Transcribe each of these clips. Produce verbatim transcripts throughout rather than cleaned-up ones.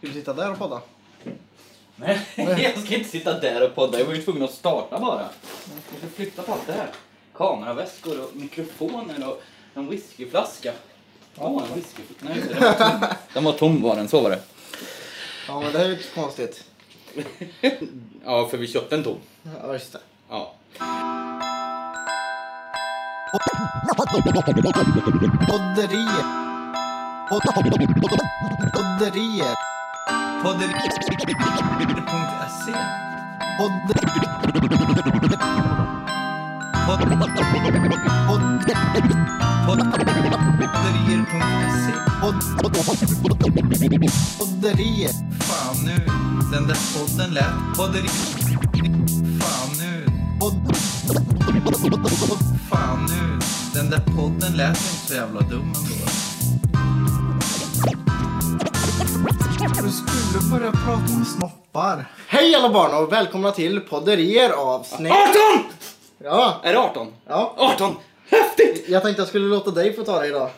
Ska du sitta där och podda? Nej, jag ska inte sitta där och podda. Jag var ju tvungen att starta bara. Jag ska flytta på allt det här. Kameraväskor och mikrofoner och en whiskyflaska. Ja, oh, en whiskyflaska. Nej, den var tom. Den var tom var den, så var det. Ja, men det här är ju inte konstigt. Ja, för vi köpte en tom. Ja, just det. Ja. Podderier. Podderier. Podderier.se Podderier.se Podderier. Fan nu, den där podden lät Podderier. Fan nu Fan nu, den där podden lät inte så jävla dum ändå. Du skulle börja prata om snoppar. Hej alla barn och välkomna till Podderier avsnitt arton! Ja. Är det arton? Ja. arton! Häftigt! Jag tänkte jag skulle låta dig få ta det idag.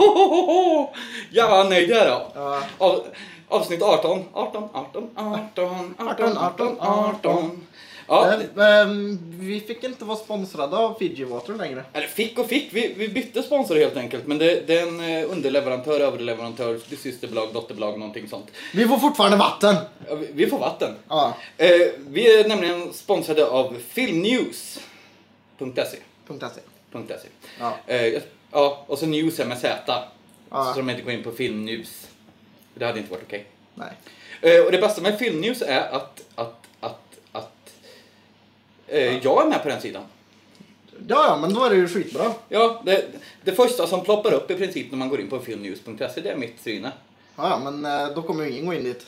Ja, nej det är då. Ja. Av, avsnitt arton. arton, arton, arton, arton, arton, arton. Ja, Eh, ehm, vi fick inte vara sponsrade av Fiji Water längre. eller fick och fick. Vi, vi bytte sponsor helt enkelt. Men det, det är en eh, underleverantör, överleverantör, systerbolag, dotterbolag, någonting sånt. Vi får fortfarande vatten. Ja, vi, vi får vatten. Ja. Eh, vi är nämligen sponsrade av filmnews punkt se. Punkt .se. .se. Ja. Eh, ja, och så news är med Z. Ja. Så de inte går in på filmnews. Det hade inte varit okej. Nej. Eh, och det bästa med filmnews är att, att, att, att eh, jag är med på den sidan. Ja, ja, men då är det ju skitbra. Ja, det, det första som ploppar upp i princip när man går in på filmnews punkt se, det är mitt syne. Ja, ja, men eh, då kommer ju ingen gå in dit.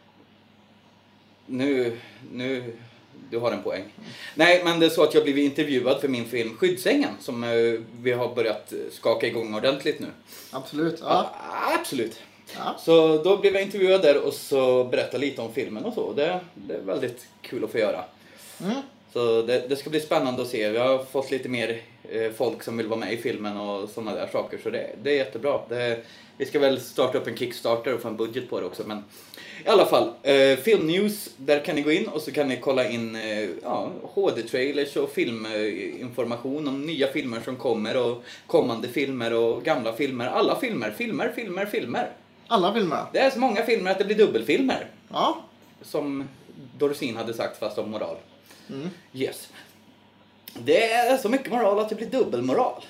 Nu, nu, du har en poäng. Nej, men det är så att jag blivit intervjuad för min film Skyddsängen som eh, vi har börjat skaka igång ordentligt nu. Absolut. Ja. Ja, absolut. Ja. Så då blev jag intervjuad där och så berättade lite om filmen och så. Det, det är väldigt kul att få göra. Mm. Så det, det ska bli spännande att se. Vi har fått lite mer eh, folk som vill vara med i filmen och sådana där saker. Så det, det är jättebra. Det, vi ska väl starta upp en Kickstarter och få en budget på det också. Men i alla fall, eh, Filmnews, där kan ni gå in och så kan ni kolla in eh, ja, H D-trailers och filminformation om nya filmer som kommer och kommande filmer och gamla filmer. Alla filmer, filmer, filmer, filmer. Alla filmer. Det är så många filmer att det blir dubbelfilmer. Ja. Som Dorsin hade sagt fast om moral. Mm. Yes. Det är så mycket moral att det blir dubbelmoral.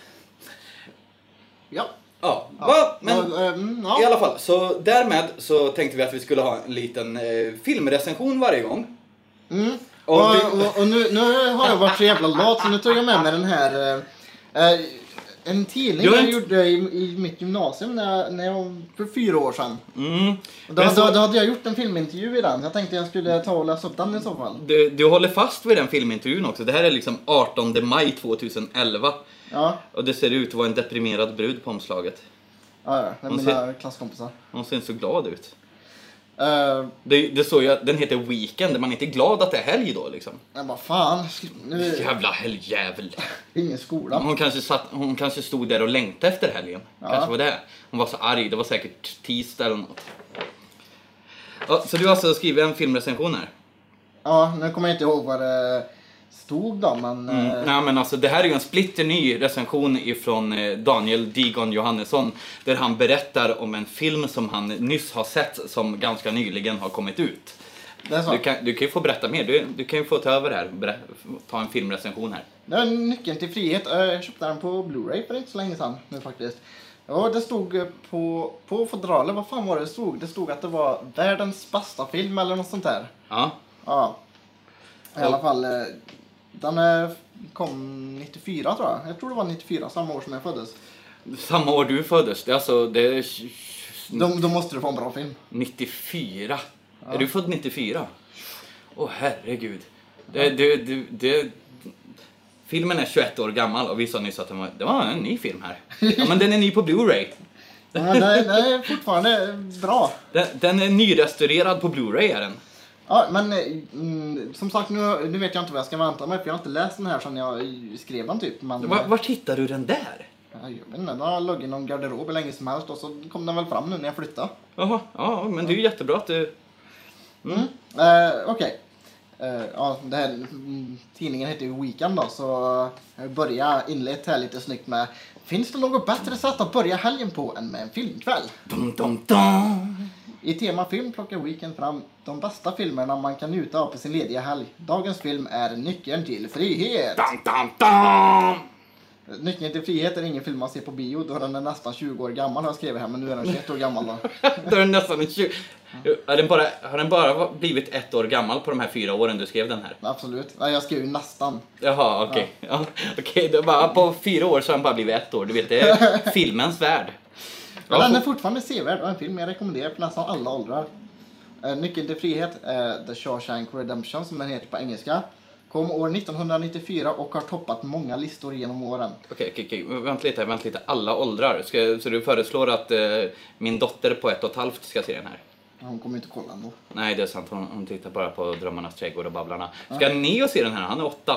Ja. Ja, Ja. va? Men Ja, mm, ja. i alla fall, så därmed så tänkte vi att vi skulle ha en liten eh, filmrecension varje gång. Mm. Och Och, vi- och, och nu, nu har jag varit så jävla lat så nu tog jag med mig den här eh, eh, en tidning Du har jag inte- gjorde i, i mitt gymnasium när jag, när jag, för fyra år sedan. Mm. Och då, Men så- då, då hade jag gjort en filmintervju i den. Jag tänkte jag skulle ta och läsa upp den i så fall. Du, du håller fast vid den filmintervjun också. Det här är liksom artonde maj tjugoelva. Ja, Och det ser ut att vara en deprimerad brud på omslaget. ja, ja det är Man mina klasskompisar. Hon ser inte så glad ut. Uh, Det, det står ju att den heter Weekend. Man är inte glad att det är helg då liksom. jag bara fan, nu är Jävla helgjävel. det ingen skola. Hon kanske, satt, hon kanske stod där och längtade efter helgen. Ja. Kanske var det. Hon var så arg. Det var säkert tisdag eller något. Ja, så du har alltså skrivit en filmrecension här? Ja, nu kommer jag inte ihåg vad det stod då, men... Mm. eh, Nej, men alltså, det här är ju en splitterny recension ifrån eh, Daniel Digon Johannesson. Där han berättar om en film som han nyss har sett som ganska nyligen har kommit ut. det är så. Du kan, du kan ju få berätta mer. Du, du kan ju få ta över här. Berä, ta en filmrecension här. Det är Nyckeln till frihet. Eh, Jag köpte den på Blu-ray för inte så länge sedan nu faktiskt. Ja, det stod eh, på, på fodralet, vad fan var det det stod? Det stod att det var världens bästa film eller något sånt där. Ja. Ja. I Och- alla fall, eh, den eh, kom nittiofyra tror jag. Jag tror det var nittiofyra, samma år som jag föddes. Samma år du föddes. Det är alltså... Det är Då, då måste det vara en bra film. nittiofyra. Ja. Är du född nittiofyra? Åh herregud. Det, det, det, det, filmen är tjugoett år gammal och vi sa nyss att det var, det var en ny film här. Ja, men den är ny på Blu-ray. Ja, den, är- den är fortfarande bra. Den, den är nyrestaurerad på Blu-ray är den. Ja, men eh, mm, som sagt, nu, nu vet jag inte vad jag ska vänta mig, för jag har inte läst den här sedan jag skrev den typ. Men, Var, vart hittar du den där? Jag vet inte, den har legat i någon garderob hur länge som helst och så kom den väl fram nu när jag flyttade. Jaha, ja, men det är ju jättebra att du... Mm. Uh, Okej. Okay. Uh, ja, det här, mm, tidningen heter ju Weekend då, så jag börjar inlett här lite snyggt med: finns det något bättre sätt att börja helgen på än med en filmkväll? Dum, dum, dum. I tema film plockar Weekend fram de bästa filmerna man kan njuta av på sin lediga helg. Dagens film är Nyckeln till frihet. Dum, dum, dum. Nyckeln till frihet är ingen film man ser på bio då den är nästan tjugo år gammal, har jag skrivit här, men nu är den tjugoett år gammal då. Då är den nästan en tjugo... Har den, bara, har den bara blivit ett år gammal på de här fyra åren du skrev den här? Absolut. Nej, jag skrev ju nästan. Jaha, okej. Okay. Ja. Ja, okej, okay, bara på fyra år så har den bara blivit ett år. Du vet, det är filmens värld. Men den är fortfarande sevärd och en film jag rekommenderar för nästan alla åldrar. Uh, Nyckeln till frihet, uh, The Shawshank Redemption som den heter på engelska, kom år nittonhundranittiofyra och har toppat många listor genom åren. Okej, okej, okej. Vänta lite, vänta lite. Alla åldrar. Ska, så du föreslår att uh, min dotter på ett och ett halvt ska se den här? Hon kommer inte kolla ändå. Nej, det är sant. Hon, hon tittar bara på Drömmarnas trädgård och Babblarna. Ska Neo se den här? Han är åtta.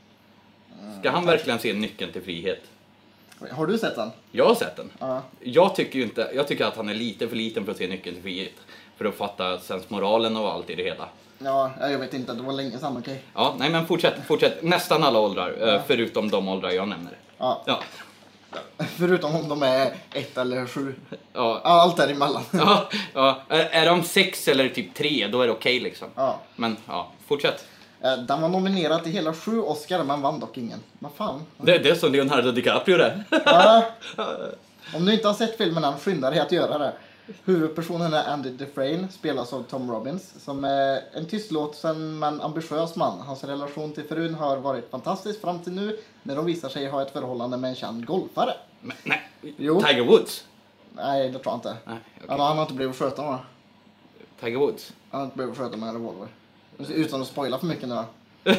Ska han verkligen se Nyckeln till frihet? Har du sett den? Jag har sett den. Ja. Jag tycker ju inte, jag tycker att han är lite för liten för att se Nyckeln till frihet. För att fatta sensmoralen och allt i det hela. Ja, jag vet inte. Det var länge sedan, okej. Okay. Ja, nej men fortsätt, fortsätt. Nästan alla åldrar, ja. Förutom de åldrar jag nämner. Ja. Ja. Förutom om de är ett eller sju. Ja. Allt däremellan. Ja, ja. Är, är de sex eller typ tre, då är det okej okay, liksom. Ja. Men ja, fortsätt. Den var nominerad till hela sju Oscar men vann dock ingen. Vad fan? Det, det är som Leonardo DiCaprio det. Ja. Om du inte har sett filmen än, skynda dig att göra det. Huvudpersonen är Andy Dufresne, spelas av Tom Robbins, som är en tystlåten men ambitiös man. Hans relation till frun har varit fantastisk fram till nu när de visar sig ha ett förhållande med en känd golfare. Men, nej, Jo. Tiger Woods? Nej, det tror jag inte. Nej, okay. han, han har inte blivit sköten va? Tiger Woods? Han har inte blivit sköten med en revolver. Utan att spoila för mycket nu då.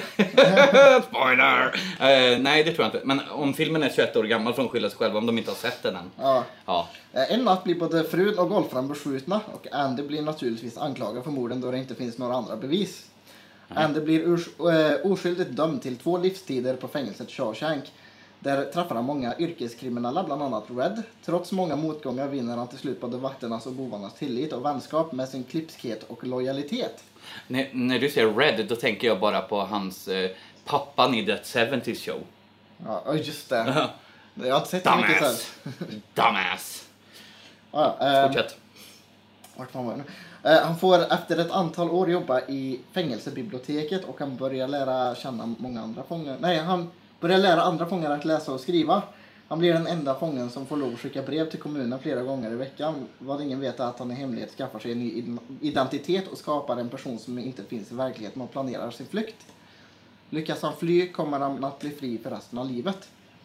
Spoiler! Uh, nej, det tror jag inte. Men om filmen är tjugoett år gammal får de skylla sig själva om de inte har sett den än. Ja. Ja. En natt blir både frun och golfaren beskjutna och Andy blir naturligtvis anklagad för morden då det inte finns några andra bevis. Mm. Andy blir urs- äh, oskyldigt dömd till två livstider på fängelset Shawshank. Där träffar han många yrkeskriminella, bland annat Red. Trots många motgångar vinner han till slut både vakternas och bovarnas tillit och vänskap med sin klipskhet och lojalitet. När, när du säger Red, då tänker jag bara på hans eh, pappan i That seventies Show. Ja, just det. Jag har inte sett så mycket sen. Dumbass! Ja, eh, Fortsätt. Vart fan var jag nu? Eh, han får efter ett antal år jobba i fängelsebiblioteket och han börjar lära känna många andra fångar. Nej, han börjar lära andra fångar att läsa och skriva. Han blir den enda fången som får lov att skicka brev till kommunen flera gånger i veckan. Vad ingen vet är att han i hemlighet skaffar sig en ny identitet och skapar en person som inte finns i verkligheten och planerar sin flykt. Lyckas han fly kommer han att bli fri för resten av livet.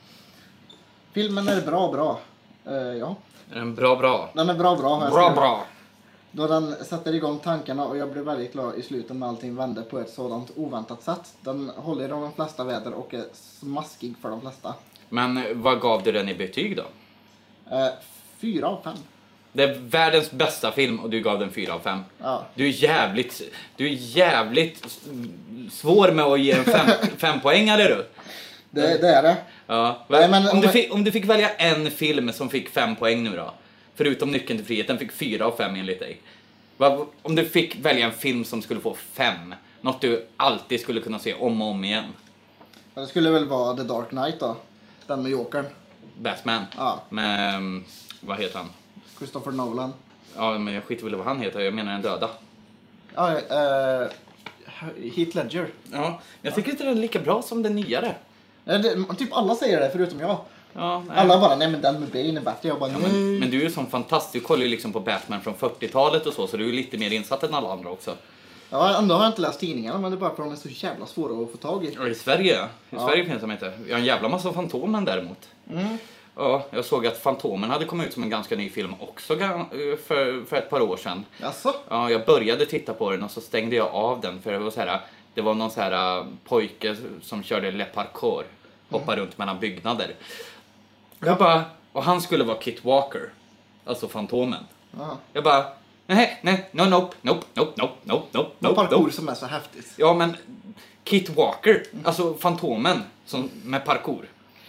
Filmen är bra, bra. Uh, ja. Är den bra, bra? Den är bra, bra. Bra, bra. bra. Då den sätter igång tankarna och jag blev väldigt glad i slutet när allting vände på ett sådant oväntat sätt. Den håller i de flesta väder och är smaskig för de flesta. Men vad gav du den i betyg då? Uh, fyra av fem. Det är världens bästa film och du gav den fyra av fem. Ja. Du är jävligt, du är jävligt svår med att ge en fem, fem poängare du. Det, det är det. Ja. Nej, men, om, du fick, om du fick välja en film som fick fem poäng nu då, förutom Nyckeln till frihet, den fick fyra av fem enligt dig. Vad, om du fick välja en film som skulle få fem, något du alltid skulle kunna se om och om igen. Det skulle väl vara The Dark Knight då. Den med Jokern. Batman. Ja. Med, vad heter han? Christopher Nolan. Ja, men jag skiter väl vad han heter, jag menar den döda. Ja, uh, Heath Ledger. Ja, jag tycker inte den är lika bra som den nyare. Ja, det, typ alla säger det förutom jag. Ja, nej. Alla bara, nej men den med Bane är bättre. Jag bara, Ja, nej. men, men du är ju sån fantast, du kollar ju liksom på Batman från fyrtiotalet och så, så du är lite mer insatt än alla andra också. Ja, ändå har jag inte läst tidningarna, men det är bara för att de är så jävla svåra att få tag i. Och i Sverige, i Ja. Sverige finns de inte. Jag har en jävla massa Fantomen däremot. Mm. Ja, jag såg att Fantomen hade kommit ut som en ganska ny film också för, för ett par år sedan. Jaså? Ja, jag började titta på den och så stängde jag av den för det var så här, det var någon så här uh, pojke som körde le parkour, hoppade runt mellan byggnader. Jag bara, och han skulle vara Kit Walker, alltså Fantomen. Ja. Jag bara, nej, nej, no, nope, nope, nope, nope, nope, nope, Någon nope, parkour nope. som är så häftigt. Ja, men Kit Walker, alltså Fantomen som, med parkour.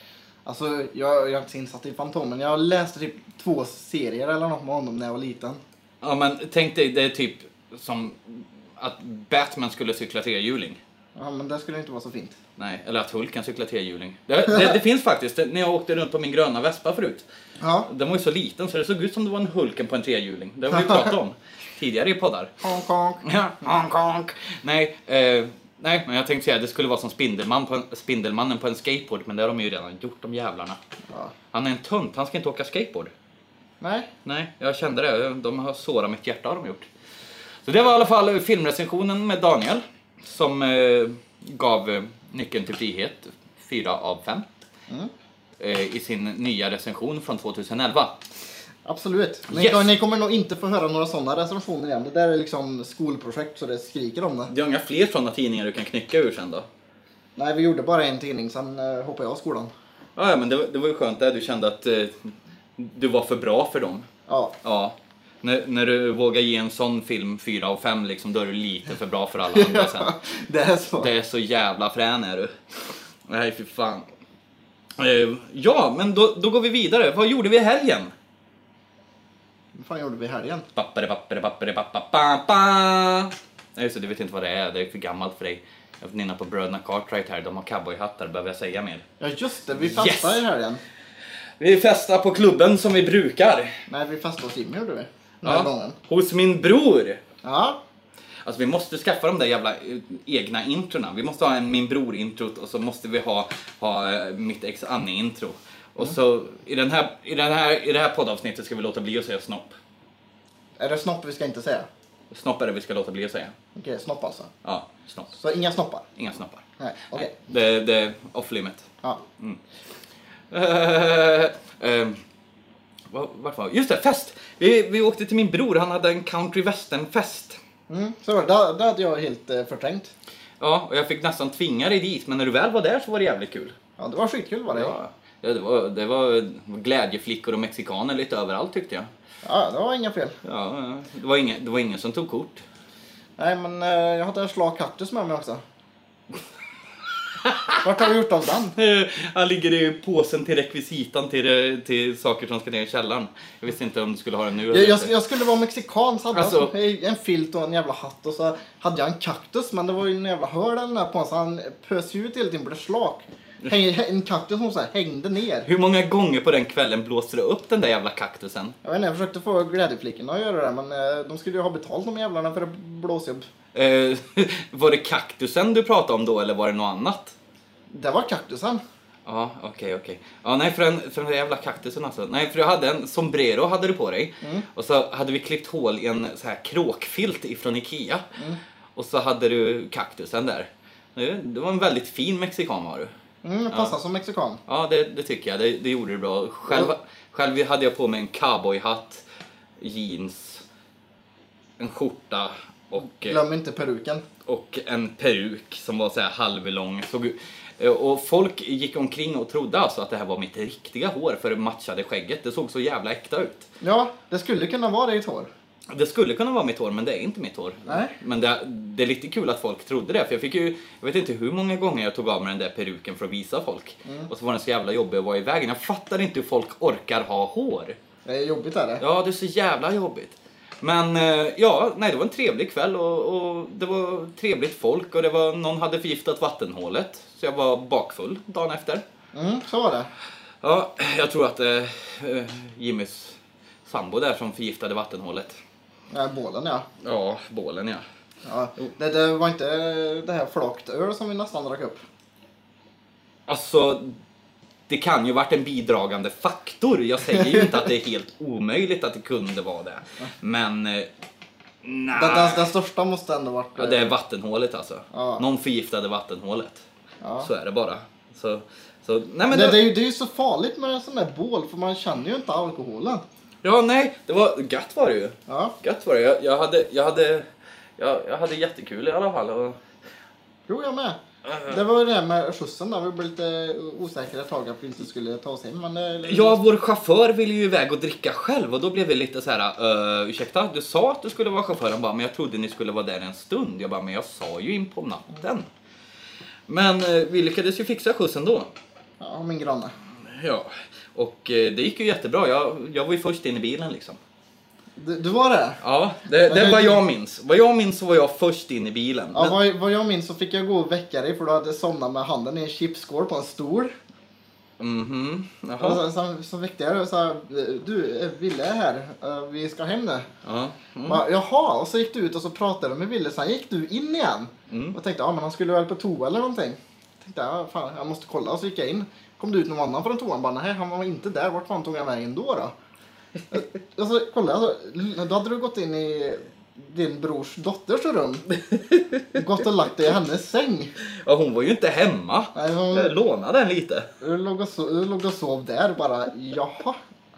Alltså, jag, jag är inte så insatt i Fantomen. Jag läste typ två serier eller något med honom när jag var liten. Ja, men tänk dig, det är typ som att Batman skulle cykla trehjuling. Ja, men det skulle inte vara så fint. Nej, eller att Hulk kan cykla trehjuling. Det, det, det finns faktiskt, det, när jag åkte runt på min gröna Vespa förut. Ja. Den var ju så liten så det såg ut som det var en Hulken på en trehjuling. Det har vi pratat om tidigare i poddar. Honk, honk. Ja, honk, honk. Nej, eh, nej, men jag tänkte säga att det skulle vara som Spindelman på en, Spindelmannen på en skateboard. Men det har de ju redan gjort, de jävlarna. Ja. Han är en tunt, han ska inte åka skateboard. Nej. Nej, jag kände det. De har sårat mitt hjärta, har de gjort. Så det var i alla fall filmrecensionen med Daniel. Som eh, gav eh, Nyckeln till frihet fyra av fem. Mm. Eh, I sin nya recension från tjugoelva. Absolut. Ni, Yes. ni kommer nog inte få höra några sådana recensioner igen. Det där är liksom skolprojekt så det skriker om det. Det är inga fler sådana tidningar du kan knycka ur sen då? Nej, vi gjorde bara en tidning, sen uh, hoppade jag av skolan. Ja, men det, var- det var ju skönt där du kände att eh, du var för bra för dem. Ja. Ja. När, när du vågar ge en sån film fyra av fem liksom, då är du lite för bra för alla andra sen. Det är så. Det är så jävla frän är du. Nej, fy fan. Eh, ja, men då, då går vi vidare. Vad gjorde vi i helgen? Vad fan gjorde vi i helgen? Pappare, pappare, pappare, pappa, pappa. Nej, så du vet inte vad det är. Det är för gammalt för dig. Jag får nynna på bröderna Cartwright här. De har cowboyhattar. Behöver jag säga mer? Ja, just det. Vi festade Yes. i helgen. Vi festar på klubben som vi brukar. Nej, vi festade hos Jimmy gjorde vi. Den här Ja, gången. hos min bror. Ja. Alltså vi måste skaffa de där jävla eh, egna introna. Vi måste ha en min bror-introt och så måste vi ha, ha eh, mitt ex Annie-intro. Och Mm. så i, den här, i, den här, i det här poddavsnittet ska vi låta bli att säga snopp. Är det snopp vi ska inte säga? Snopp är det vi ska låta bli att säga. Okej, snopp alltså. Ja, snopp. Så inga snoppar? Inga snoppar. Nej, okej. Det, det är off limit. Ja. Uh, uh, vart var Just det, fest! Vi, vi åkte till min bror, han hade en country western-fest. Mm, så var det. Det, det hade jag helt eh, förträngt. Ja, och jag fick nästan tvinga dig dit, men när du väl var där så var det jävligt kul. Ja, det var skitkul var det. Ja, Ja, ja det, var, det var glädjeflickor och mexikaner lite överallt tyckte jag. ja det var inga fel. Ja, det var ingen, det var ingen som tog kort. Nej, men eh, jag hade en slag kaktus med mig också. Vart har du gjort av den? Han ligger i påsen till rekvisitan till, till saker som ska ner i källaren. Jag visste inte om du skulle ha den nu eller Jag, jag, inte. jag skulle vara mexikan så hade Alltså- jag en filt och en jävla hatt och så hade jag en kaktus men det var ju en jävla hörd den där på så han pös ju ut hela tiden på det slak. Häng, en kaktus som så här hängde ner. Hur många gånger på den kvällen blåste du upp den där jävla kaktusen? Jag vet inte, jag försökte få glädjeflickorna att göra det men eh, de skulle ju ha betalt de jävlarna för blåsjobb. Eh, var det kaktusen du pratade om då eller var det något annat? Det var kaktusen. Ja, okej, okej. Ja, nej, för den, för den där jävla kaktusen alltså. Nej, för du hade en sombrero hade du på dig. Mm. Och så hade vi klippt hål i en så här kråkfilt ifrån Ikea. Mm. Och så hade du kaktusen där. Det, det var en väldigt fin mexikan var du. Mm, det passar som mexikan. Ja, det, det tycker jag. Det, det gjorde du bra. Själv, själv hade jag på mig en cowboyhatt, jeans, en skjorta och, Glöm inte peruken. och en peruk som var så här halvlång. Såg ut- och folk gick omkring och trodde alltså att det här var mitt riktiga hår för det matchade skägget. Det såg så jävla äkta ut. Ja, det skulle kunna vara ditt hår. Det skulle kunna vara mitt hår, men det är inte mitt hår. Nej. Men det, det är lite kul att folk trodde det. För jag fick ju, jag vet inte hur många gånger jag tog av mig den där peruken för att visa folk. Mm. Och så var den så jävla jobbig att vara i vägen. Jag fattar inte hur folk orkar ha hår. Det är jobbigt är det. Ja, det är så jävla jobbigt. Men eh, ja, nej, det var en trevlig kväll och, och det var trevligt folk. Och det var, någon hade förgiftat vattenhålet. Så jag var bakfull dagen efter. Mm, så var det. Ja, jag tror att eh, eh, Jimmys sambo där som förgiftade vattenhålet. Ja, bålen ja. Ja, bålen ja. Ja, det, det var inte det här flakt öl som vi nästan drack upp. Alltså, det kan ju varit en bidragande faktor. Jag säger ju inte att det är helt omöjligt att det kunde vara det. Men, eh, nej. Den, den, den största måste ändå varit... Ja, det är vattenhålet alltså. Ja. Någon förgiftade vattenhålet. Ja. Så är det bara. Så, så, nej men det, det, det, är ju, det är ju så farligt med en sån där bål för man känner ju inte alkoholen. Ja, nej, det var gött var det ju. Ja, Gött var det. Jag, jag hade, jag hade, jag, jag hade jättekul i alla fall. Och, jo jag med. Det var ju det med skjutsen där, vi blev lite osäkra ett tag att vi inte skulle ta oss hem. Men det, ja, vår chaufför ville ju iväg och dricka själv och då blev vi lite så här, uh, ursäkta, du sa att du skulle vara chaufför. Han bara, men jag trodde ni skulle vara där en stund. Jag bara, men jag sa ju in på natten. Men uh, vi lyckades ju fixa skjutsen då. Ja, min granne. Ja, och eh, det gick ju jättebra. Jag, jag var ju först in i bilen liksom. Du, du var det? Ja, det, det är vad jag minns. Vad jag minns så var jag först in i bilen. Ja, Men- vad, vad jag minns så fick jag gå och väcka dig för du hade somnat med handen i en chipsskål på en stol. Mhm, Och jaha. så, så, så väckte jag dig och sa, du, eh, Ville är här, Eh, vi ska hem nu. Ja. Mm. Va, Jaha, och så gick du ut och så pratade du med Ville, sen gick du in igen. Mm. Och tänkte, ja men han skulle väl på toa eller någonting. Tänkte, ja fan, jag måste kolla. Och så gick jag in. Kom du ut någon annan från toan, bara, nej han var inte där, vart fan tog han vägen då då? Och så kollade jag, så, då hade du gått in i din brors dotters rum. Gått och lagt dig i hennes säng. Ja, hon var ju inte hemma. Nej, hon- Jag lånade den lite. Du låg och, so- du låg och sov där bara, jaha.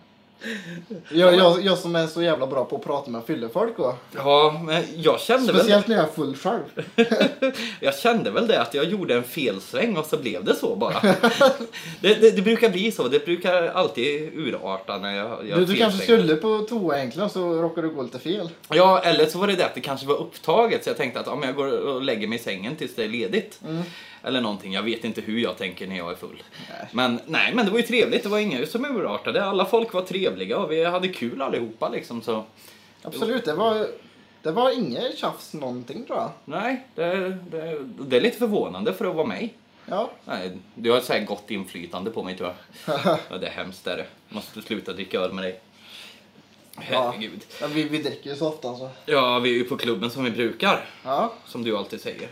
Jag, jag, jag som är så jävla bra på att prata med fyllefolk och Ja, men jag kände väl... speciellt när jag är full själv. Jag kände väl det att jag gjorde en felsväng och så blev det så bara. det, det, det brukar bli så. Det brukar alltid urarta när jag gör Du, du kanske felsvängar. skulle på toa egentligen och så råkade du gå lite fel. Ja, eller så var det det att det kanske var upptaget. Så jag tänkte att om jag går och lägger mig i sängen tills det är ledigt. Mm. Eller någonting. Jag vet inte hur jag tänker när jag är full. Nej. Men nej, men det var ju trevligt. Det var inga som urartade. Alla folk var trevliga och vi hade kul allihopa liksom. Så Absolut, det var, det var inget tjafs någonting tror jag. nej, det, det, det är lite förvånande för att vara mig. Ja, Nej, du har så här gott inflytande på mig tror jag. Ja, det är hemskt är det. Måste sluta dricka öl med dig. Herregud. ja vi, vi dricker ju så ofta så. Ja, vi är ju på klubben som vi brukar. Ja, Som du alltid säger.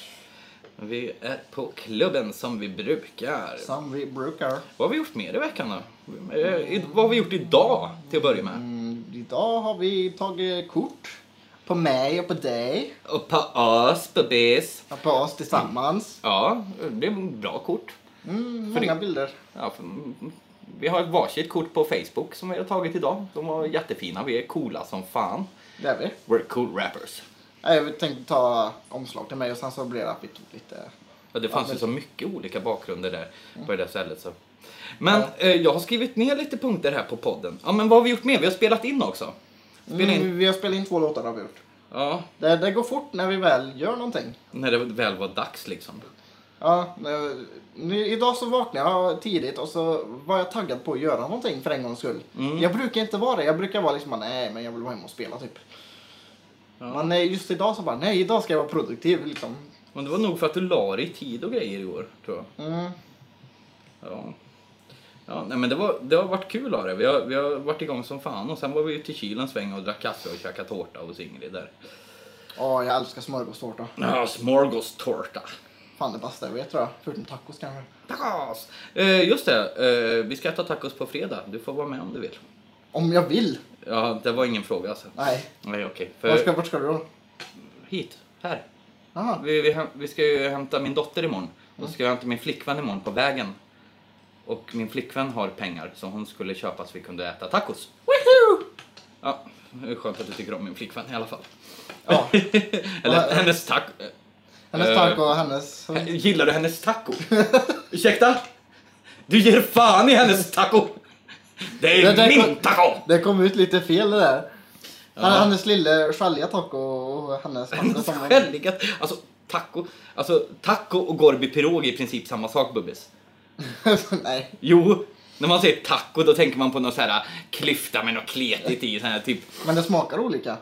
Vi är på klubben som vi brukar. som vi brukar. Vad har vi gjort mer i veckan då? Eh, i- Vad har vi gjort idag till att börja med? Mm, idag har vi tagit kort. På mig och på dig. Och på oss, på bis. Och på oss tillsammans. Ja, det är bra kort. Mm, För många det- bilder. Ja, för, vi har ett varsitt kort på Facebook som vi har tagit idag. De var jättefina. Vi är coola som fan. Det är vi. We're cool rappers. Ja, jag tänkte ta omslag till mig och sen så blev det att vi tog lite... Ja, det fanns Ja, ju så mycket olika bakgrunder där på det där stället. Så. Men Mm. Ja. eh, jag har skrivit ner lite punkter här på podden. Ja, men vad har vi gjort mer? Vi har spelat in också. Spelat in. Mm, vi har spelat in två låtar har vi gjort. Ja, Det, det går fort när vi väl gör någonting. när det väl var dags liksom. Ja, nu, nu, idag så vaknade jag tidigt och så var jag taggad på att göra någonting för en gångs skull. Mm. Jag brukar inte vara det. Jag brukar vara liksom, nej men jag vill vara hemma och spela typ. Ja. Men eh, just idag så bara, nej idag ska jag vara produktiv liksom. Men det var nog för att du la dig i tid och grejer i år, tror jag. Mm. Ja. Ja, nej, men det, var, det har varit kul av det. Vi har, vi har varit igång som fan och sen var vi ute i kylen en sväng och drack kaffe och käkade tårta hos Ingrid där. Ja, jag älskar smörgåstårta. Ja, smorgåstårta. Fan det bästa jag vet tror jag. Förutom tacos kanske. Tacos! Eh, just det, eh, vi ska äta tacos på fredag. Du får vara med om du vill. Om jag vill. Ja, det var ingen fråga alltså. Nej. Nej, okej. Vart För ska, vart ska du då? hit, här. Aha. Vi, vi, häm- vi ska ju hämta min dotter imorgon. Och så ska jag hämta min flickvän imorgon på vägen. Och min flickvän har pengar så hon skulle köpa så vi kunde äta tacos. Woohoo! Ja, det är skönt att du tycker om min flickvän i alla fall. Ja. Eller hennes taco. Hennes Eh, taco och hennes... Gillar du hennes taco? Ursäkta? Du ger fan i hennes taco! Det är Det där min kom- taco! Det kom ut lite fel det där. Hennes lille skälliga taco och hennes... Hennes som- skälliga... Alltså, taco... Alltså, taco och Gorby pirog är i princip samma sak, Bubbis. Nej. Jo, när man säger taco då tänker man på något så här klyfta med något kletigt i. Så här, typ Men det smakar olika.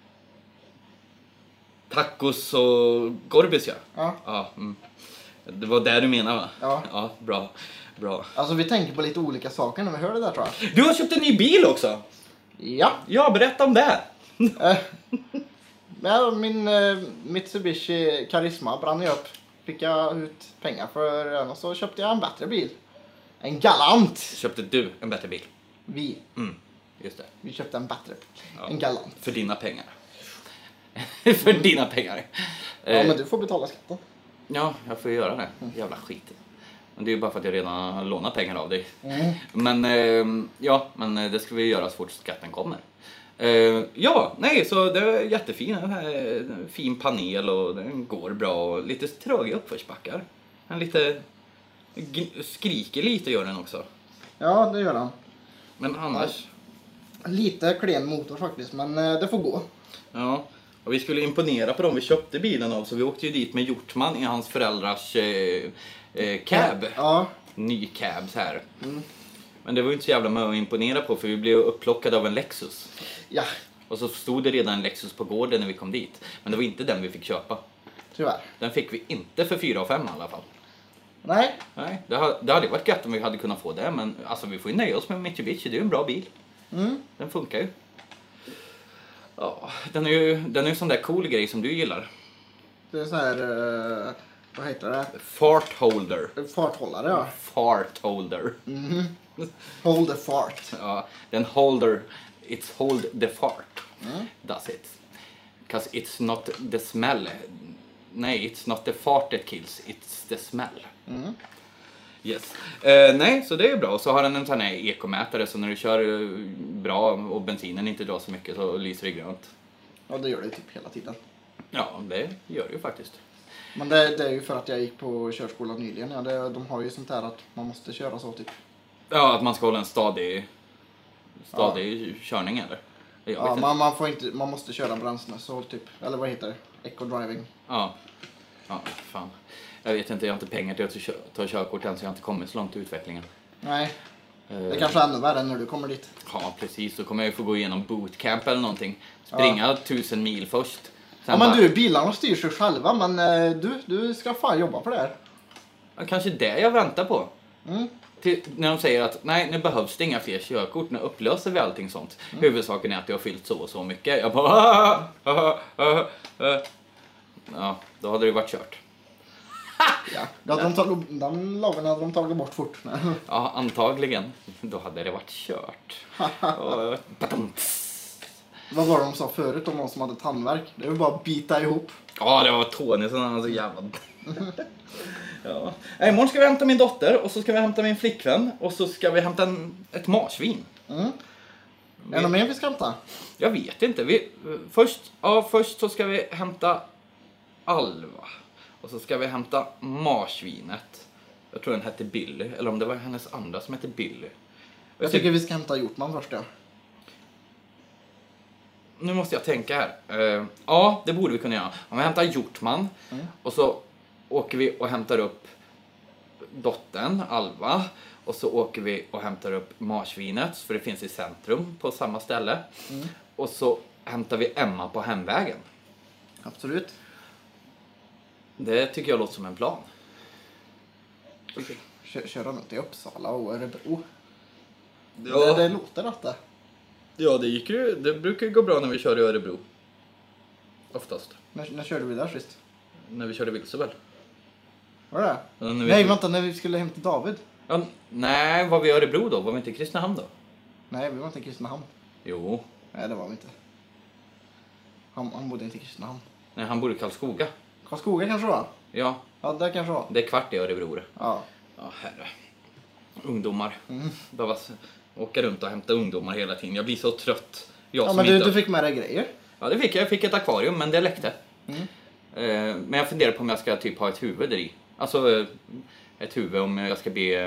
tacos och Gorbis, ja. Ja. Ja, mm. Det var där du menar, va? Ja. Ja, bra. Bra. Alltså vi tänker på lite olika saker när vi hör det där tror jag. Du har köpt en ny bil också! Ja. Ja, berätta om det! Eh, ja, min eh, Mitsubishi Karisma brann ju upp. Fick jag ut pengar för den och så köpte jag en bättre bil. En Galant. Köpte du en bättre bil? Vi. Mm, just det. Vi köpte en bättre. Ja. En Galant. För dina pengar. För dina pengar. Ja Eh, men du får betala skatten. Ja, jag får göra det. Jävla skit. Men det är ju bara för att jag redan har lånat pengar av dig. Mm. Men eh, ja, men det ska vi göra så fort skatten kommer. Eh, ja, nej, så det är jättefin. Eh, fin panel och den går bra och lite tröga uppförsbackar. Den lite gn- skriker lite gör den också. Ja det gör den. Men annars, Lite klen motor faktiskt men eh, det får gå. ja. Och vi skulle imponera på dem vi köpte bilen av så vi åkte ju dit med Hjortman i hans föräldrars eh, eh, cab. Ja. ny cabs här. Mm. Men det var ju inte så jävla mycket att imponera på för vi blev upplockade av en Lexus. Ja, Och så stod det redan en Lexus på gården när vi kom dit. Men det var inte den vi fick köpa. tyvärr. Den fick vi inte för fyra och fem i alla fall. Nej, Nej, det hade, det hade varit gött om vi hade kunnat få det. Men alltså vi får ju nöja oss med Mitsubishi, det är ju en bra bil. mm. Den funkar ju. Ja, den är ju den är ju sån där cool grej som du gillar. det är så här, uh, vad heter det? Fart holder. Farthållare, ja. Fart holder. Mm. Hold the fart. Ja, den holder, it's hold the fart. Mm. Does it. Because it's not the smell. Nej, it's not the fart that kills, it's the smell. Mm. Yes. Eh, nej, så det är bra. Så har den en sån här ekomätare så när du kör eh, bra och bensinen inte drar så mycket så lyser det grönt. Ja, det gör det typ hela tiden. Ja, det gör det ju faktiskt. Men det, det är ju för att jag gick på körskolan nyligen. Ja, det, de har ju sånt här att man måste köra så typ. Ja, att man ska hålla en stadig, stadig körning eller? Jag vet Ja, inte. man, man, får inte, man måste köra bränsle så typ. Eller vad heter det? Eco-driving. Ja. Ja, fan. Jag vet inte, jag har inte pengar till att kö- ta körkort än så jag har inte kommit så långt i utvecklingen. Nej, det är Eh, kanske ännu värre när du kommer dit. Ja, precis. Då kommer jag ju få gå igenom bootcamp eller någonting. Springa tusen mil först. Sen Ja, men bara- du, bilarna styr sig själva, men eh, du, du ska fan jobba för det här. Ja, kanske det jag väntar på. Mm. Till, när de säger att nej, nu behövs det inga fler körkort, nu upplöser vi allting sånt. Mm. Huvudsaken är att jag har fyllt så och så mycket. Jag bara, ah, ah, ah, ah. Ja, då hade det varit kört. Ja, det hade de tagit, den lagen hade de tagit bort fort. Ja, antagligen. Då hade det varit kört. Och, badumts. Vad var det de sa förut om någon som hade tandvärk? Det är ju bara att bita ihop. Ja, det var Tony som var så jävla... Ja. Nej, imorgon ska vi hämta min dotter och så ska vi hämta min flickvän och så ska vi hämta en, ett marsvin. Mm. Är det något mer vi ska hämta? Jag vet inte. Vi, först, ja, först så ska vi hämta Alva. Och så ska vi hämta marsvinet. Jag tror den hette Billy. Eller om det var hennes andra som hette Billy. Och Jag tycker vi ska hämta Hjortman först, ja. Nu måste jag tänka här. Uh, ja, det borde vi kunna göra. Om vi hämtar Hjortman. Mm. Och så åker vi och hämtar upp dottern, Alva. Och så åker vi och hämtar upp marsvinet. För det finns i centrum på samma ställe. Mm. Och så hämtar vi Emma på hemvägen. Absolut. Det tycker jag låter som en plan. Kör, köra något i Uppsala och Örebro. Ja. Det, det låter detta. Ja, det gick ju. Det brukar ju gå bra när vi kör i Örebro. Oftast. När, när körde vi där sist? När vi körde vilse väl? Var det? Ja, när vi... Nej, vänta, när vi skulle hem till David. Ja, nej, var vi i Örebro då? Var vi inte i Kristinehamn då? Nej, vi var inte i Kristinehamn. Jo. Nej, det var vi inte. Han, han bodde inte i Kristinehamn. Nej, han bor i Karlskoga. Karlskoga kanske var? Ja, Ja, där kanske var. det är kvart i Örebro det. Ja. Ja, herre. Ungdomar. Mm. Behöva s- åka runt och hämta ungdomar hela tiden. Jag blir så trött. Jag Ja, som men du, inte... du fick med dig grejer. Ja, det fick jag. Jag fick ett akvarium, men det läckte. Mm. Eh, men jag funderar på om jag ska typ ha ett huvud där i. Alltså, eh, ett huvud om jag ska be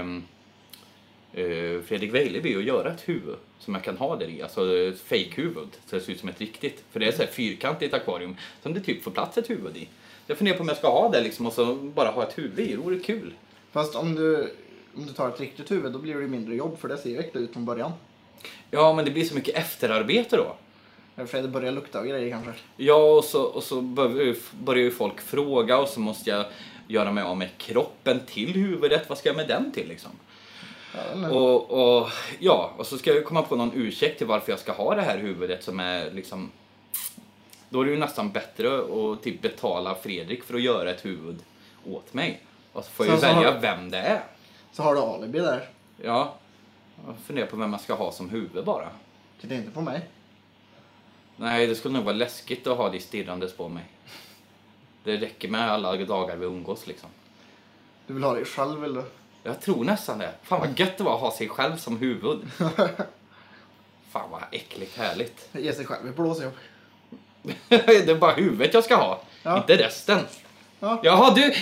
eh, Fredrik Weileby att göra ett huvud som jag kan ha där i. Alltså ett fake-huvud, så det ser ut som ett riktigt. För det är så här fyrkantigt akvarium som det typ får plats ett huvud i. Jag funderar på om jag ska ha det liksom och så bara ha ett huvud i. Det vore kul. Fast om du, om du tar ett riktigt huvud, då blir det mindre jobb. För det ser ju äkta ut från början. Ja, men det blir så mycket efterarbete då. För det börjar lukta och grejer kanske. Ja, och så, och så bör- börjar ju folk fråga och så måste jag göra mig av med kroppen till huvudet. Vad ska jag med den till liksom? Ja, eller? Och, och, ja, och så ska jag komma på någon ursäkt till varför jag ska ha det här huvudet som är liksom... Då är det ju nästan bättre att typ betala Fredrik för att göra ett huvud åt mig. Och så får jag ju Så- så välja har- vem det är. Så har du alibi där. Ja, jag funderar på vem man ska ha som huvud bara. Titta inte på mig. Nej, det skulle nog vara läskigt att ha det stirrandes på mig. Det räcker med alla dagar vi umgås liksom. Du vill ha dig själv, vill du? Jag tror nästan det. Fan vad gött det var att ha sig själv som huvud. Fan vad äckligt härligt. Ge sig själv ett blåsjobb. Det är bara huvudet jag ska ha. Ja. Inte resten. Ja. Jaha, du.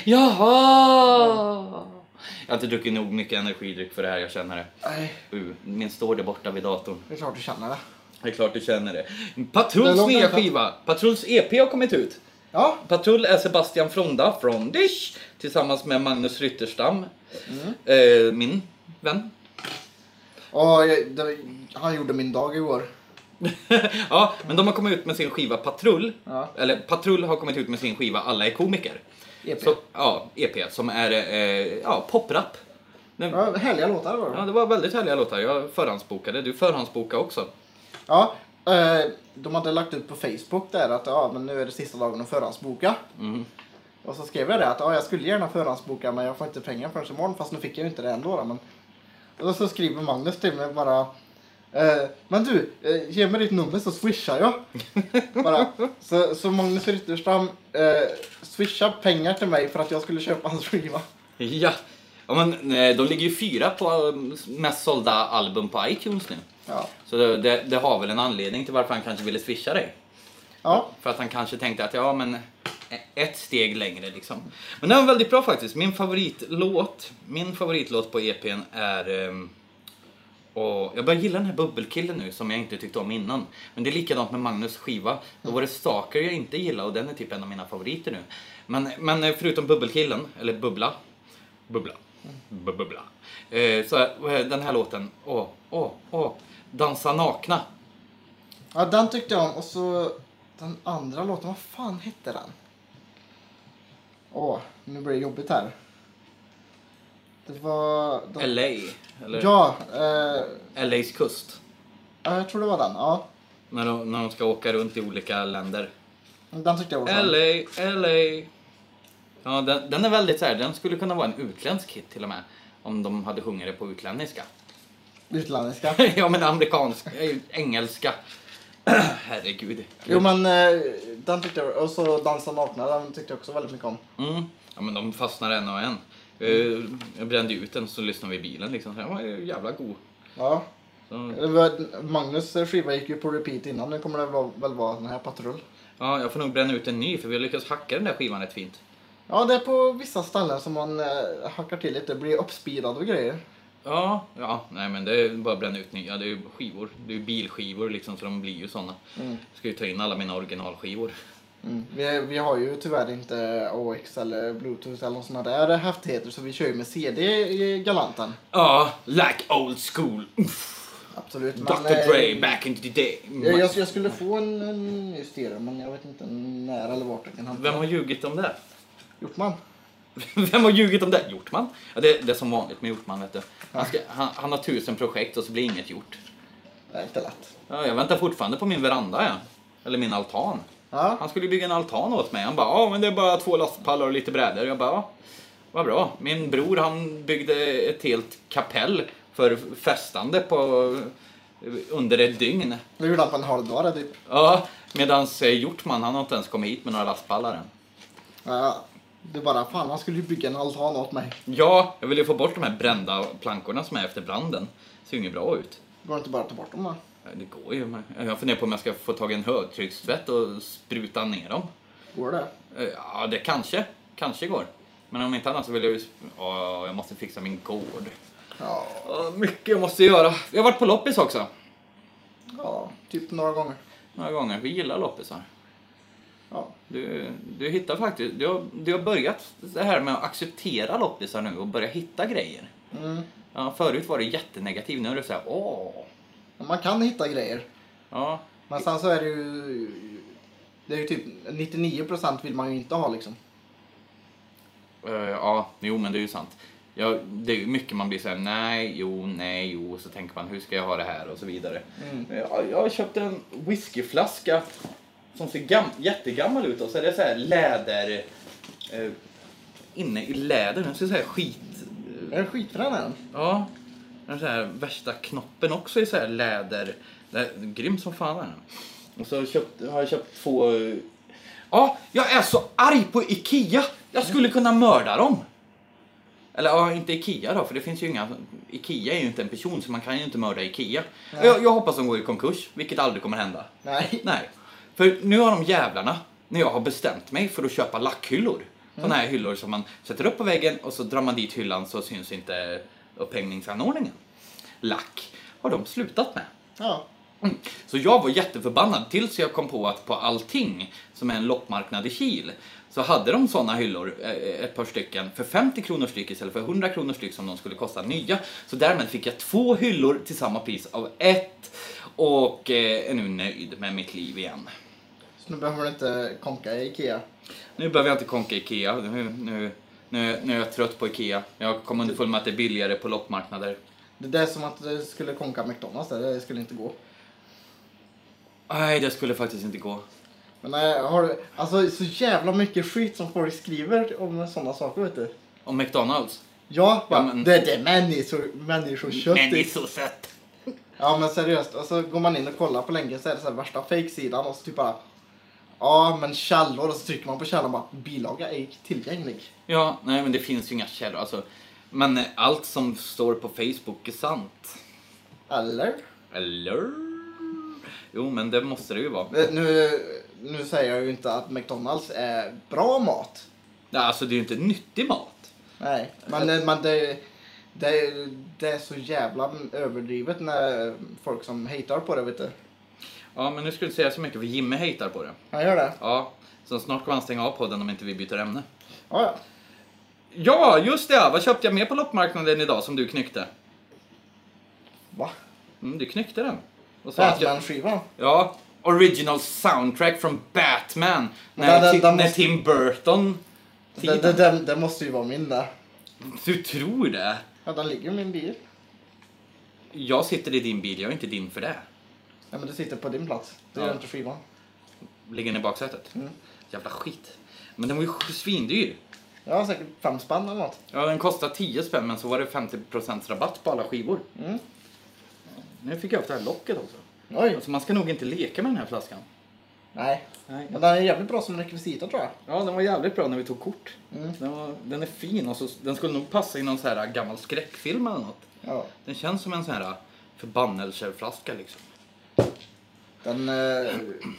Jaha. Jag har inte druckit nog mycket energidryck för det här, jag känner det. Nej, Uh, min står där borta vid datorn. det är klart du känner det. Det är klart du känner det. Det är Patrulls långt nya väntat. skiva. Patrulls E P har kommit ut. Ja. Patrull är Sebastian Fronda från Dish tillsammans med Magnus Rytterstam, Mm. eh, min vän. Och jag- det, han gjorde min dag igår. Ja, men de har kommit ut med sin skiva Patrull. Ja. Eller Patrull har kommit ut med sin skiva Alla är komiker. E P. Så, ja, E P som är eh, ja, poprap. Den- Ja, härliga låtar var Ja, det. det var väldigt härliga låtar. Jag förhandsbokade. Du förhandsbokade också. Ja, eh, de hade lagt ut på Facebook där att ja, men nu är det sista dagen att förhandsboka. Mm. Och så skrev jag det att ja, jag skulle gärna förhandsboka men jag får inte pengar förrän imorgon. Fast nu fick jag ju inte det ändå. Då, men... Och så skriver Magnus till mig bara eh, men du, eh, ge mig ditt nummer så swishar jag. bara. Så, så Magnus Rytterstam eh, swishar pengar till mig för att jag skulle köpa hans skiva. Ja. Ja, men eh, de ligger ju fyra på eh, mest sålda album på iTunes nu. Ja. Så det, det, det har väl en anledning till varför han kanske ville swisha dig. Ja. För att han kanske tänkte att ja, men ett steg längre liksom. Men det var väldigt bra faktiskt. Min favoritlåt, min favoritlåt på E P:n är ehm, och jag börjar gilla den här bubbelkillen nu som jag inte tyckte om innan. Men det är likadant med Magnus skiva. Då var det Stalker jag inte gillade och den är typ en av mina favoriter nu. Men, men förutom bubbelkillen, eller bubbla, bubbla, bubbla. Eh, så är den här låten, åh, åh, åh, Dansa nakna. Ja, den tyckte jag om. Och så den andra låten, vad fan hette den? Åh, nu blir det jobbigt här. Det var... De... L A, eller Ja, eh, L A's kust. ja, jag tror det var den. Ja, När de, när de ska åka runt i olika länder. den tyckte jag var L skön. A, L A. Ja, den, den är väldigt så här, den skulle kunna vara en utländsk hit till och med. Om de hade sjungit det på utländiska. Utländska. Ja, men amerikansk, eh, engelska. Herregud. Jo, men eh, den tyckte jag... Och så Dansa nakna, den tyckte jag också väldigt mycket om. Mm. Ja, men de fastnar en och en. Eh, Jag brände ut den så lyssnade vi i bilen liksom. Så den var ju jävla god. Ja. Så, Det var, Magnus skiva gick ju på repeat innan. Nu kommer det väl, väl vara den här Patrull. ja, jag får nog bränna ut en ny för vi har lyckats hacka den där skivan rätt fint. Ja, det är på vissa ställen som man eh, hackar till lite. Det blir uppspeedad och grejer. Ja, ja, nej men det är bara att bränna ut nya. Det är ju skivor. Det är ju bilskivor liksom så de blir ju såna. Mm. Jag ska ju ta in alla mina originalskivor. Mm. Vi, vi har ju tyvärr inte A X eller Bluetooth eller något sådana där häftigheter. Så vi kör ju med C D i Galanten. Ja, like old school. Uff. Absolut. Men, doktor eh, Dre, back into the day. Jag, jag, jag skulle få en, en ny stereo men jag vet inte när eller vart jag kan hämta. Vem har ljugit om det? Hjortman? Vem har ljugit om det? Hjortman? Ja, det, det är som vanligt med Hjortman, vet du. Han, ska, han, han har tusen projekt och så blir inget gjort. Det är inte lätt. Ja, jag väntar fortfarande på min veranda, ja. Eller min altan. Ja. Han skulle bygga en altan åt mig. Han bara, ja men det är bara två lastpallar och lite brädor. Jag bara, ja, vad bra. Min bror han byggde ett helt kapell för festande på under ett dygn. Det gjorde han på en halv dag det, typ. Ja, medans eh, Hjortman han har inte ens kommit hit med några lastpallar än. Ja. Det är bara, fan han skulle ju bygga en altan åt mig. Ja, jag vill ju få bort de här brända plankorna som är efter branden. Ser ju inget bra ut. Det går inte bara att ta bort dem då. Ja, det går ju. Men jag funderar på om jag ska få tag i en högtryckstvätt och spruta ner dem. Går det? Eh, Ja, det kanske. Kanske går. Men om inte annat så vill jag ju... Åh, jag måste fixa min gård. Ja. Åh, mycket jag måste göra. Vi har varit på loppis också. Ja, typ några gånger. Några gånger. Vi gillar loppisar. Ja. Du, du hittar faktiskt... Du har, du har börjat det här med att acceptera loppisar nu och börja hitta grejer. Mm. Ja, förut var det jättenegativt. Nu är det så här, åh. Man kan hitta grejer. Ja, Men sen så är det ju... Det är ju typ nittionio procent vill man ju inte ha liksom. Uh, ja, jo men det är ju sant. Ja, det är ju mycket man blir så här, nej, jo, nej, jo. Och så tänker man, hur ska jag ha det här och så vidare. Mm. Ja, jag har köpt en whiskyflaska som ser gam- jättegammal ut. Och så är det så här läder, uh, inne i läder. Den ser så här skit... Är det skitfrän är den? Ja, den så här värsta knoppen också i så här läder. Det är grym som fan är den. Och så har jag köpt, har jag köpt två... uh, Ja, jag är så arg på Ikea. Jag skulle kunna mörda dem. Eller ja, inte Ikea då, för det finns ju inga... Ikea är ju inte en person, så man kan ju inte mörda Ikea. Jag, jag hoppas de går i konkurs, vilket aldrig kommer hända. Nej. Nej. För nu har de jävlarna, när jag har bestämt mig för att köpa lackhyllor. Sådana här hyllor som man sätter upp på väggen och så drar man dit hyllan så syns inte upphängningsanordningen. Lack har de slutat med. Ja. Mm. Så jag var jätteförbannad tills jag kom på att på Allting, som är en loppmarknad i Kil, så hade de såna hyllor, ett par stycken, för femtio kronor styck istället för hundra kronor styck som de skulle kosta nya. Så därmed fick jag två hyllor till samma pris av ett och är nu nöjd med mitt liv igen. Så nu behöver du inte konka i Ikea? Nu behöver jag inte konka i Ikea. Nu, nu, nu, nu är jag trött på Ikea. Jag kommer underfull med att det är billigare på loppmarknader. Det är som att du skulle konka McDonalds där. Det skulle inte gå. Nej, det skulle faktiskt inte gå. Men nej, har du... Alltså så jävla mycket skit som folk skriver om sådana saker, vet du. Om McDonalds? Ja, bara, Ja, men- det, det är människor, människokött. Men det är så sött. Ja, men seriöst. Och så går man in och kollar på länge så är det så här värsta fake-sidan och så typ bara... Ja, men källor. Och så trycker man på källan och bara, bilaga ej tillgänglig. Ja, nej men det finns ju inga källor. Alltså, men allt som står på Facebook är sant. Eller? Eller? Jo, men det måste det ju vara. Eh, Nu, nu säger jag ju inte att McDonalds är bra mat. Ja, alltså det är ju inte nyttig mat. Nej, men, eh, men det, det, det är så jävla överdrivet när folk som hatar på det, vet du. Ja, men nu skulle du säga så mycket för Jimmy hatar på det. Han gör det? Ja, så snart kommer han stänga av podden om inte vi byter ämne. Ja, ja. Ja, just det. Vad köpte jag med på loppmarknaden idag som du knyckte? Va? Mm, du knyckte den. Och sa att jag, Batman-skivan? ja, original soundtrack från Batman. Men När, den- Ti- den när måste- Tim Burton... Det, det, det, det måste ju vara min där. Du tror det? Ja, den ligger i min bil. Jag sitter i din bil, jag är inte din för det. Ja, men det sitter på din plats. Det Ja. gör inte skivan. Ligger den i baksätet? Mm. Jävla skit. Men den var ju svindyr. Ja, säkert fem spänn eller något. Ja, den kostade tio spänn men så var det femtio procent rabatt på alla skivor. Mm. Nu fick jag upp det här locket också. Oj. Alltså man ska nog inte leka med den här flaskan. Nej. Nej. Men den är jävligt bra som rekvisita, tror jag. Ja, den var jävligt bra när vi tog kort. Mm. Den, var, den är fin och så, den skulle nog passa i någon så här gammal skräckfilm eller något. Ja. Den känns som en sån här förbannelseflaska liksom. Den, eh,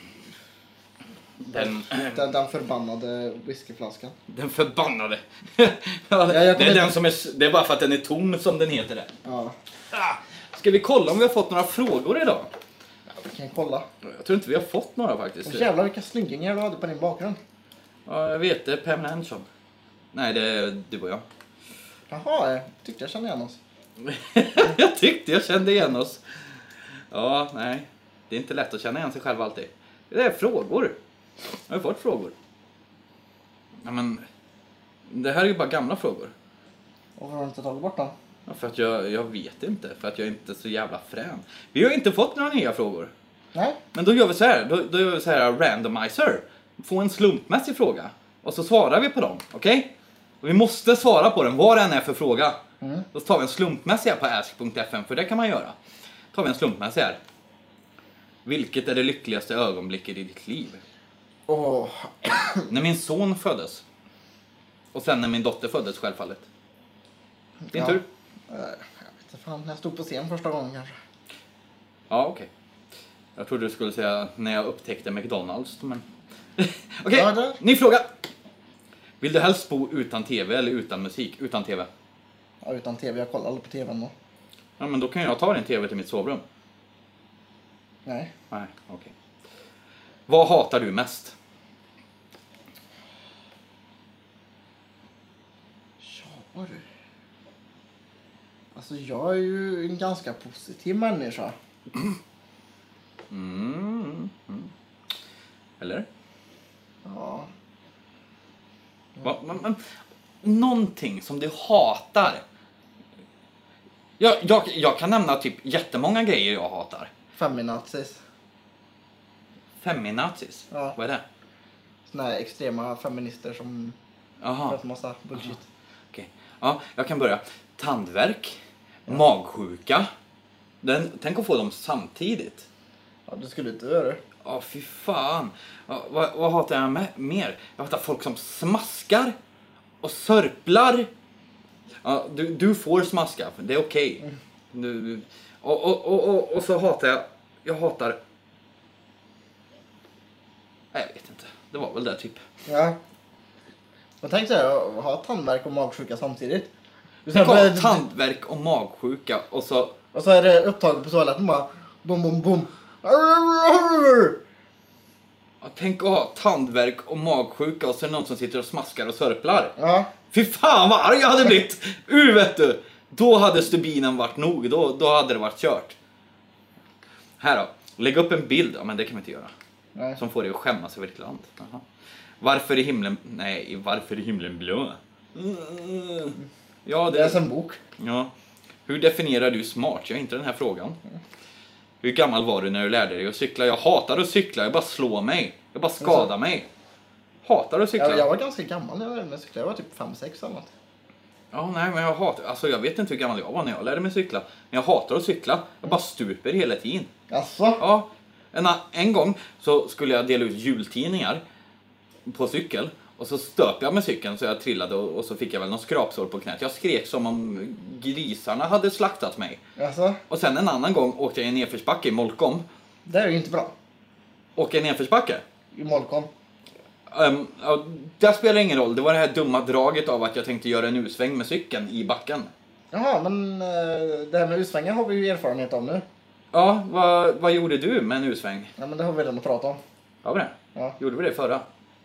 Den, den, den förbannade whiskyflaskan. den förbannade. ja, jag det, är kommer den inte- som är, det är bara för att den är tom som den heter det. Ja. Ah, ska vi kolla om vi har fått några frågor idag? Vi kan kolla. Jag tror inte vi har fått några faktiskt. Jävlar vilka slinkingar du hade på din bakgrund. Ja, jag vet det. Pam Hansson. Nej, det är du och jag. Jaha, jag tyckte jag kände igen oss. jag tyckte jag kände igen oss. Ja, nej. Det är inte lätt att känna igen sig själv alltid. Det är frågor. Jag har fått frågor. Ja, men det här är ju bara gamla frågor. Och varför har du inte tagit bort den? Ja, för att jag, jag vet inte. För att jag är inte så jävla frän. Vi har inte fått några nya frågor. Nej. Men då gör vi så här. Då, då gör vi så här randomizer. Få en slumpmässig fråga. Och så svarar vi på dem. Okej? Okay? Och vi måste svara på den. Vad den är för fråga. Mm. Då tar vi en slumpmässig här på ask punkt f m. För det kan man göra. Tar vi en slumpmässig här. Vilket är det lyckligaste ögonblicket i ditt liv? Åh. När min son föddes. Och sen när min dotter föddes självfallet. Din Ja. tur. Eh, Jag vet inte fan, när jag stod på scen första gången kanske. Ja, okej. Okay. Jag trodde du skulle säga när jag upptäckte McDonalds. Men... okej, okay. Ja, det- ny fråga. Vill du helst bo utan tv eller utan musik? Utan tv. Ja, utan tv. Jag kollar aldrig på tvn då. Ja, men då kan jag ta din tv till mitt sovrum. Nej. Nej, okej. Okay. Vad hatar du mest? Ja, du. Alltså jag är ju en ganska positiv människa. Mm. Mm. Eller? Ja. Va, men, men, någonting som du hatar. Jag, jag, jag kan nämna typ jättemånga grejer jag hatar. Feminazis. Feminazis? Ja. Vad är det? Såna här extrema feminister som Jaha. pratar massa bullshit. Okej. Ja, jag kan börja. Tandvärk. Magsjuka. Den, tänk att få dem samtidigt. Ja, du skulle inte göra det. Ja, fy fan. Ja, vad, vad hatar jag med, mer? Jag hatar folk som smaskar och sörplar. Ja, du, du får smaska, för det är okej. Okay. Du, du, och, och, och, och, och så hatar jag... Jag hatar... Nej, jag vet inte. Det var väl det typ. Ja. Men tänk så här, ha tandvärk och magsjuka samtidigt. Du Tänk sen, ha tandvärk och magsjuka och så... och så är det upptaget på toaletten bara bom, bom, bom. Tänk att ha tandvärk och magsjuka och så är det någon som sitter och smaskar och sörplar. Ja. Fy fan vad arg jag hade blivit. Uh, vet du. Då hade stubinen varit nog. Då, då hade det varit kört. Här då. Lägg upp en bild. Ja, men det kan vi inte göra. Nej. Som får dig att skämmas över ditt land. Aha. Varför är himlen... Nej, varför är himlen blå? Mm. Ja, det är en bok. Ja. Hur definierar du smart? Jag har inte den här frågan. Mm. Hur gammal var du när du lärde dig att cykla? Jag hatar att cykla. Jag bara slår mig. Jag bara skadar mig. Hatar att cykla. Jag, jag var ganska gammal när jag lärde mig att cykla. Jag var typ fem sex eller något. Ja, nej, men jag hatar... Alltså, jag vet inte hur gammal jag var när jag lärde mig cykla. Men jag hatar att cykla. Jag bara stuper hela tiden. Asså? Ja. En, en gång så skulle jag dela ut jultidningar på cykel. Och så stöp jag med cykeln så jag trillade och, och så fick jag väl någon skrapsår på knät. Jag skrek som om grisarna hade slaktat mig. Asså? Och sen en annan gång åkte jag i en nedförsbacke i Molkom. Det är ju inte bra. Åkte i en nedförsbacke? I Molkom. Um, ja, det spelar ingen roll. Det var det här dumma draget av att jag tänkte göra en U-sväng med cykeln i backen. Jaha, men uh, det här med U-svängar har vi ju erfarenhet om nu. Ja, vad, vad gjorde du med en U-sväng? Ja, men det har vi redan pratat om. Har vi det? Ja. Gjorde vi det förra?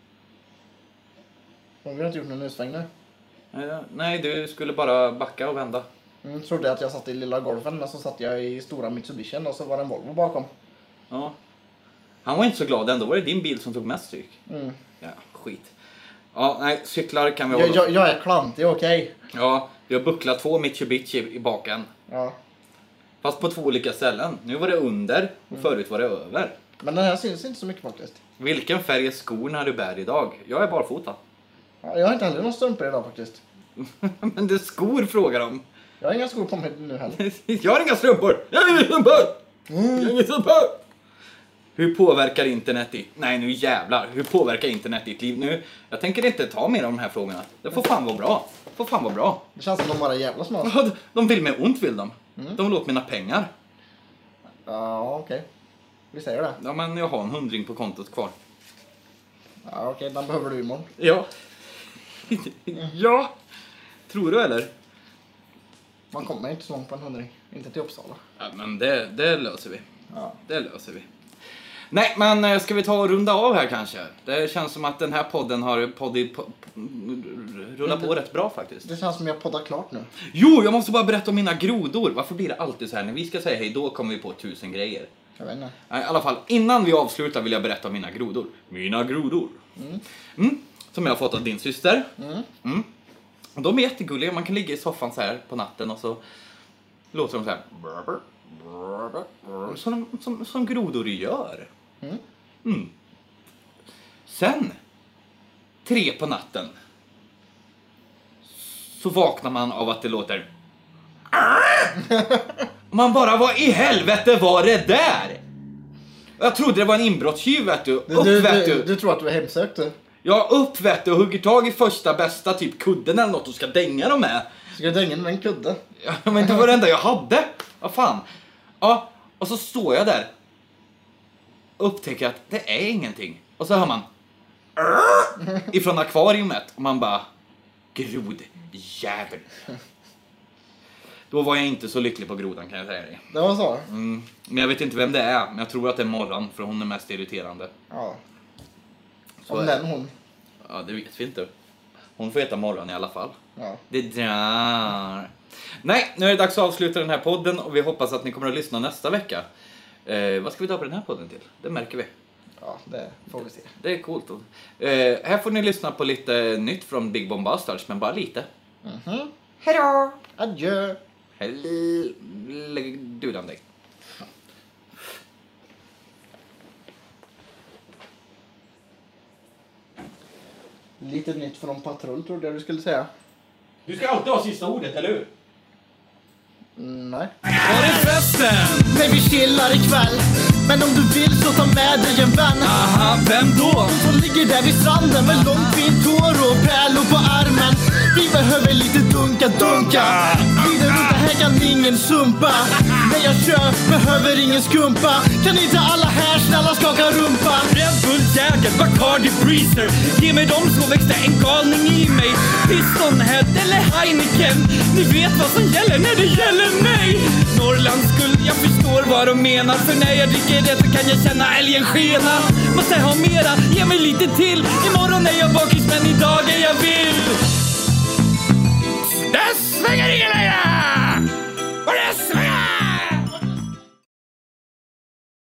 Men vi har inte gjort någon U-sväng nu. Uh, nej, du skulle bara backa och vända. Mm, trodde att jag satt i lilla golfen, men så satt jag i stora Mitsubishi och så var det en Volvo bakom. Ja. Han var inte så glad ändå. Var det din bil som tog mest stryk? Mm. Ja, skit. Ja, nej, cyklar kan vi jag, hålla. Jag, jag är klantig, okej. Okay. Ja, vi har bucklat två Mitsubishi i baken. Ja. Fast på två olika ställen. Nu var det under och förut var det över. Men den här syns inte så mycket faktiskt. Vilken färg är skorna du bär idag? Jag är barfota. Ja, jag har inte heller någon strumpor idag faktiskt. Men det är skor frågar de. Jag har inga skor på mig nu heller. Jag har inga strumpor. Jag har inga strumpor. Mm. Jag har inga strumpor. Hur påverkar internet ditt... Nej, nu jävlar. Hur påverkar internet ditt liv nu? Jag tänker inte ta mer av de här frågorna. Det får fan vara bra. Det får fan vara bra. Det känns som de bara är jävla smart. Ja, de vill mig ont, vill de. Mm. De vill åt mina pengar. Ja, okej. Okay. Vi säger det. Ja, men jag har en hundring på kontot kvar. Ja, okej. Okay. Den behöver du imorgon. Ja. Ja. Tror du, eller? Man kommer inte så långt på en hundring. Inte till Uppsala. Ja, men det, det löser vi. Ja. Det löser vi. Nej, men ska vi ta och runda av här kanske? Det känns som att den här podden har poddi, po, rullat på rätt bra faktiskt. Det känns som jag poddar klart nu. Jo, jag måste bara berätta om mina grodor. Varför blir det alltid så här? När vi ska säga hej, då kommer vi på tusen grejer. Jag vet inte. Nej, i alla fall, innan vi avslutar vill jag berätta om mina grodor. Mina grodor. Mm. Mm, som jag har fått av din syster. Mm. Mm. De är jättegulliga. Man kan ligga i soffan så här på natten och så låter de så här. Som, som, som grodor gör. Mm. Mm. Sen, tre på natten, så vaknar man av att det låter. Man bara, vad i helvete var det där? Jag trodde det var en inbrottstjuv, vet du. Upp, du, vet du, du. du tror att du är hemsökt, du. Ja, upp, vet du. Och hugger tag i första bästa typ kudden eller något och ska dänga dem med. Ska du dänga med en kudde? Ja, men det var det enda jag hade. Vad fan. Ja, och så står jag där. Upptäcker att det är ingenting. Och så hör man ifrån akvariumet. Och man bara, grod jävel. Då var jag inte så lycklig på grodan, kan jag säga dig. Det var så? Mm. Men jag vet inte vem det är. Men jag tror att det är Morran, för hon är mest irriterande. Ja. Så Om den hon. Ja, det vet vi inte. Hon får heta Morran i alla fall. Ja. Det drar. Nej, nu är det dags att avsluta den här podden. Och vi hoppas att ni kommer att lyssna nästa vecka. Eh, vad ska vi ta på den här podden till? Det märker vi. Ja, det får vi se. Det är coolt. Eh, här får ni lyssna på lite nytt från Big Bomb Bastards, men bara lite. Mhm. Hej då! Adjö! Hej, lägg du om dig. Lite nytt från Patrull, trodde jag du skulle säga. Du ska alltid ha sista ordet, eller hur? Mm, nej. Var är festen? Nej, vi chillar ikväll. Men om du vill så ta med dig en vän. Aha, vem då? Som ligger där vid stranden med långt fint hår och pärlor på armen. Vi behöver lite dunka, dunka. Glider runt det här kan ingen sumpa. När jag kör behöver ingen skumpa. Kan inte alla här snälla skaka rumpa? Red Bull Jäger, Bacardi Breezer. Ge mig dem så växte en galning i mig. Pistonhead eller Heineken, ni vet vad som gäller när det gäller mig. Norrlands guld, jag förstår vad de menar. För när jag dricker det så kan jag känna älgen skena. Måste ha mera, ge mig lite till. Imorgon är jag bakis men idag är jag vild. Det svänger ingen längre! Och det svänger